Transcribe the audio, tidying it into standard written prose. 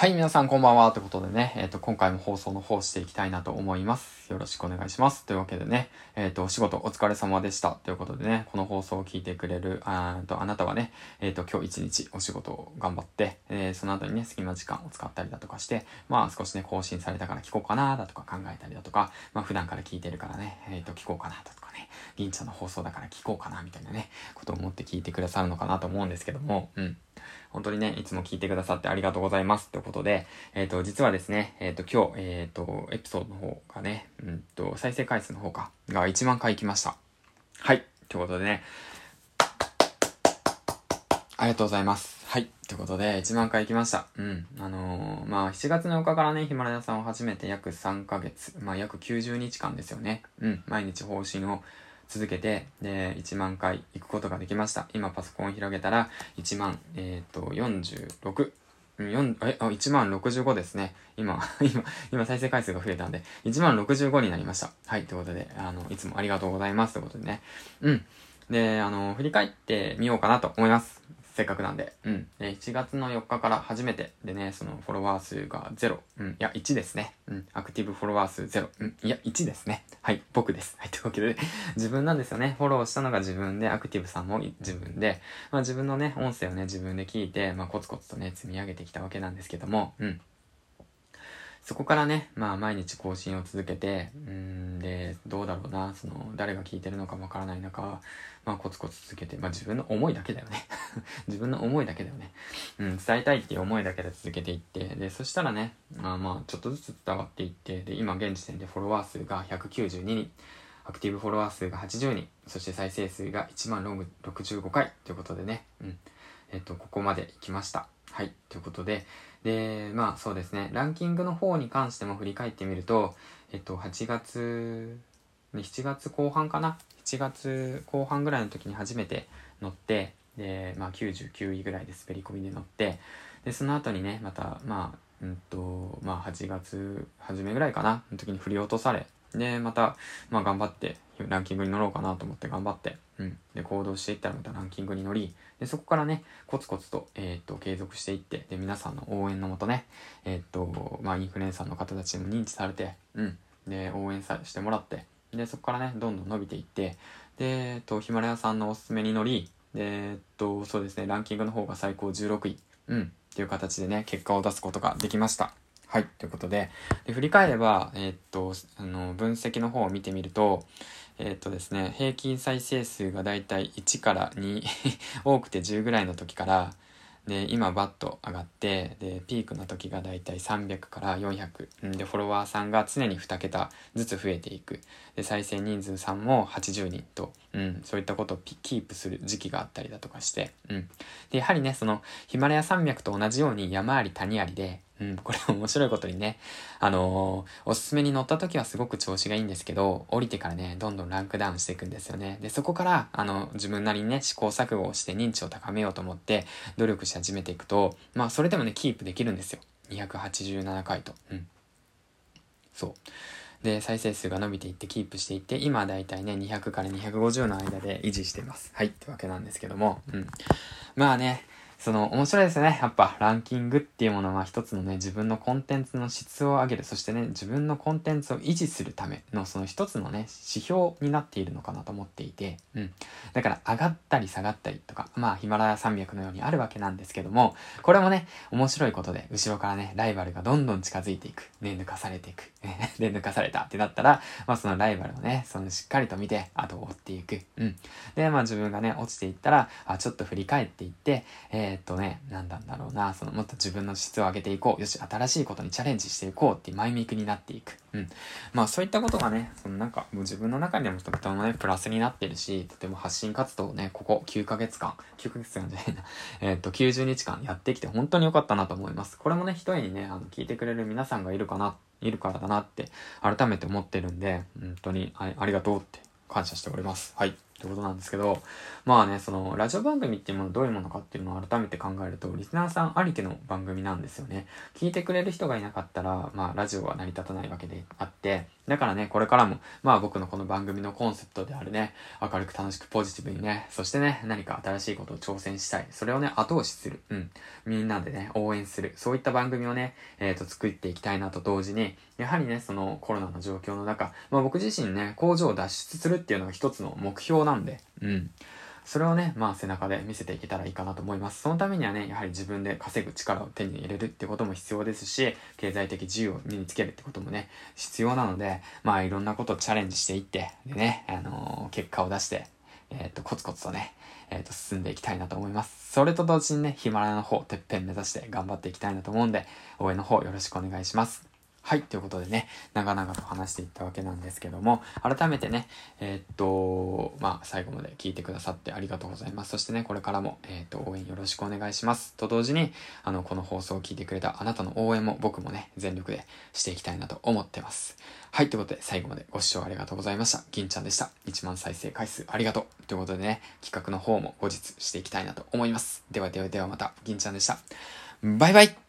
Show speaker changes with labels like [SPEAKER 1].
[SPEAKER 1] はい、皆さんこんばんは。ということでね、今回も放送の方していきたいなと思います。よろしくお願いします。というわけでね、お仕事お疲れ様でした。ということでね、この放送を聞いてくれる、あなたはね、今日一日お仕事を頑張って、その後にね、隙間時間を使ったりだとかして、まあ少しね、更新されたから聞こうかなだとか考えたりだとか、まあ普段から聞いてるからね、聞こうかなだとかね、銀ちゃんの放送だから聞こうかなみたいなね、ことを思って聞いてくださるのかなと思うんですけども、本当にね、いつも聞いてくださってありがとうございます。ということで、実はですね、今日、エピソードの方がね、再生回数の方が1万回行きました。はい。ということでね、ありがとうございます。はい。ということで、1万回行きました。まあ、7月の4日からね、ヒマラヤさんを始めて約3ヶ月、まあ、約90日間ですよね。毎日更新を続けて、で、1万回行くことができました。今パソコンを広げたら、1万、46、1万65ですね。今再生回数が増えたんで、1万65になりました。はい、ということで、いつもありがとうございます。ということでね。で、振り返ってみようかなと思います。せっかくなんで。で、1月の4日から初めてでね、そのフォロワー数が0。いや、1ですね。アクティブフォロワー数0。いや、1ですね。はい、僕です。はい、というわけで、自分なんですよね。フォローしたのが自分で、アクティブさんも自分で、まあ自分のね、音声をね、自分で聞いて、まあコツコツとね、積み上げてきたわけなんですけども、そこからね、まあ毎日更新を続けて、で、どうだろうな、誰が聞いてるのかわからない中、まあコツコツ続けて、まあ自分の思いだけだよね。自分の思いだけだよね。伝えたいっていう思いだけで続けていって、で、そしたらね、まあちょっとずつ伝わっていって、で、今現時点でフォロワー数が192人、アクティブフォロワー数が80人、そして再生数が1万65回ということでね、ここまで行きました。はい。ということで、で、まあそうですね、ランキングの方に関しても振り返ってみると、8月、7月後半かな ?7 月後半ぐらいの時に初めて乗って、で、まあ99位ぐらいで滑り込みで乗って、で、その後にね、また、まあ8月初めぐらいかなの時に振り落とされ、で、また、まあ頑張って、ランキングに乗ろうかなと思って頑張って、で、行動していったらまたランキングに乗り、で、そこからね、コツコツと、継続していって、で、皆さんの応援のもとね、まあインフルエンサーの方たちにも認知されて、で、応援してもらって、で、そこからね、どんどん伸びていって、で、ヒマラヤさんのおすすめに乗り、で、そうですね、ランキングの方が最高16位、っていう形でね、結果を出すことができました。はい。ということで、振り返れば、分析の方を見てみると、ですね、平均再生数がだいたい1から2多くて10ぐらいの時から、で、今バッと上がって、で、ピークの時がだいたい300から400。で、フォロワーさんが常に2桁ずつ増えていく。で、再生人数さんも80人と、そういったことをキープする時期があったりだとかして、で、やはりね、ヒマラヤ山脈と同じように山あり谷ありで、これ面白いことにね、おすすめに乗った時はすごく調子がいいんですけど、降りてからね、どんどんランクダウンしていくんですよね。で、そこから、自分なりにね、試行錯誤をして認知を高めようと思って、努力し始めていくと、まあ、それでもね、キープできるんですよ。287回と。そう。で、再生数が伸びていってキープしていって、今はだいたいね、200から250の間で維持しています。はい、ってわけなんですけども。まあね、面白いですね。やっぱ、ランキングっていうものは一つのね、自分のコンテンツの質を上げる。そしてね、自分のコンテンツを維持するための、その一つのね、指標になっているのかなと思っていて、だから、上がったり下がったりとか、まあ、ヒマラヤ山脈のようにあるわけなんですけども、これもね、面白いことで、後ろからね、ライバルがどんどん近づいていく。ね、抜かされていく。で、抜かされたってなったら、まあ、そのライバルをね、しっかりと見て、後を追っていく。で、まあ、自分がね、落ちていったら、ちょっと振り返っていって、なんだんだろうな、もっと自分の質を上げていこう。よし、新しいことにチャレンジしていこうっていう前向きになっていく。まあそういったことがね、もう自分の中にもとてもね、プラスになってるし、とても発信活動をね、ここ9ヶ月間じゃないな、90日間やってきて本当に良かったなと思います。これもね、一重にね、聞いてくれる皆さんがいるからだなって、改めて思ってるんで、本当にありがとうって感謝しております。はい。 ってことなんですけど、まあね、その、ラジオ番組っていうものどういうものかっていうのを改めて考えると、リスナーさんありきの番組なんですよね。聞いてくれる人がいなかったら、まあ、ラジオは成り立たないわけであって、だからね、これからも、まあ僕のこの番組のコンセプトであるね、明るく楽しくポジティブにね、そしてね、何か新しいことを挑戦したい。それをね、後押しする。みんなでね、応援する。そういった番組をね、作っていきたいなと同時に、やはりね、そのコロナの状況の中、まあ僕自身ね、工場を脱出するっていうのが一つの目標なんで、それをね、まあ背中で見せていけたらいいかなと思います。そのためにはね、やはり自分で稼ぐ力を手に入れるってことも必要ですし、経済的自由を身につけるってこともね、必要なので、まあいろんなことをチャレンジしていって、でね、結果を出して、コツコツとね、進んでいきたいなと思います。それと同時にね、ヒマラヤの方、てっぺん目指して頑張っていきたいなと思うんで、応援の方よろしくお願いします。はい。ということでね、長々と話していったわけなんですけども、改めてね、まあ、最後まで聞いてくださってありがとうございます。そしてね、これからも、応援よろしくお願いします。と同時に、この放送を聞いてくれたあなたの応援も僕もね、全力でしていきたいなと思ってます。はい。ということで、最後までご視聴ありがとうございました。銀ちゃんでした。1万再生回数ありがとう。ということでね、企画の方も後日していきたいなと思います。ではまた、銀ちゃんでした。バイバイ。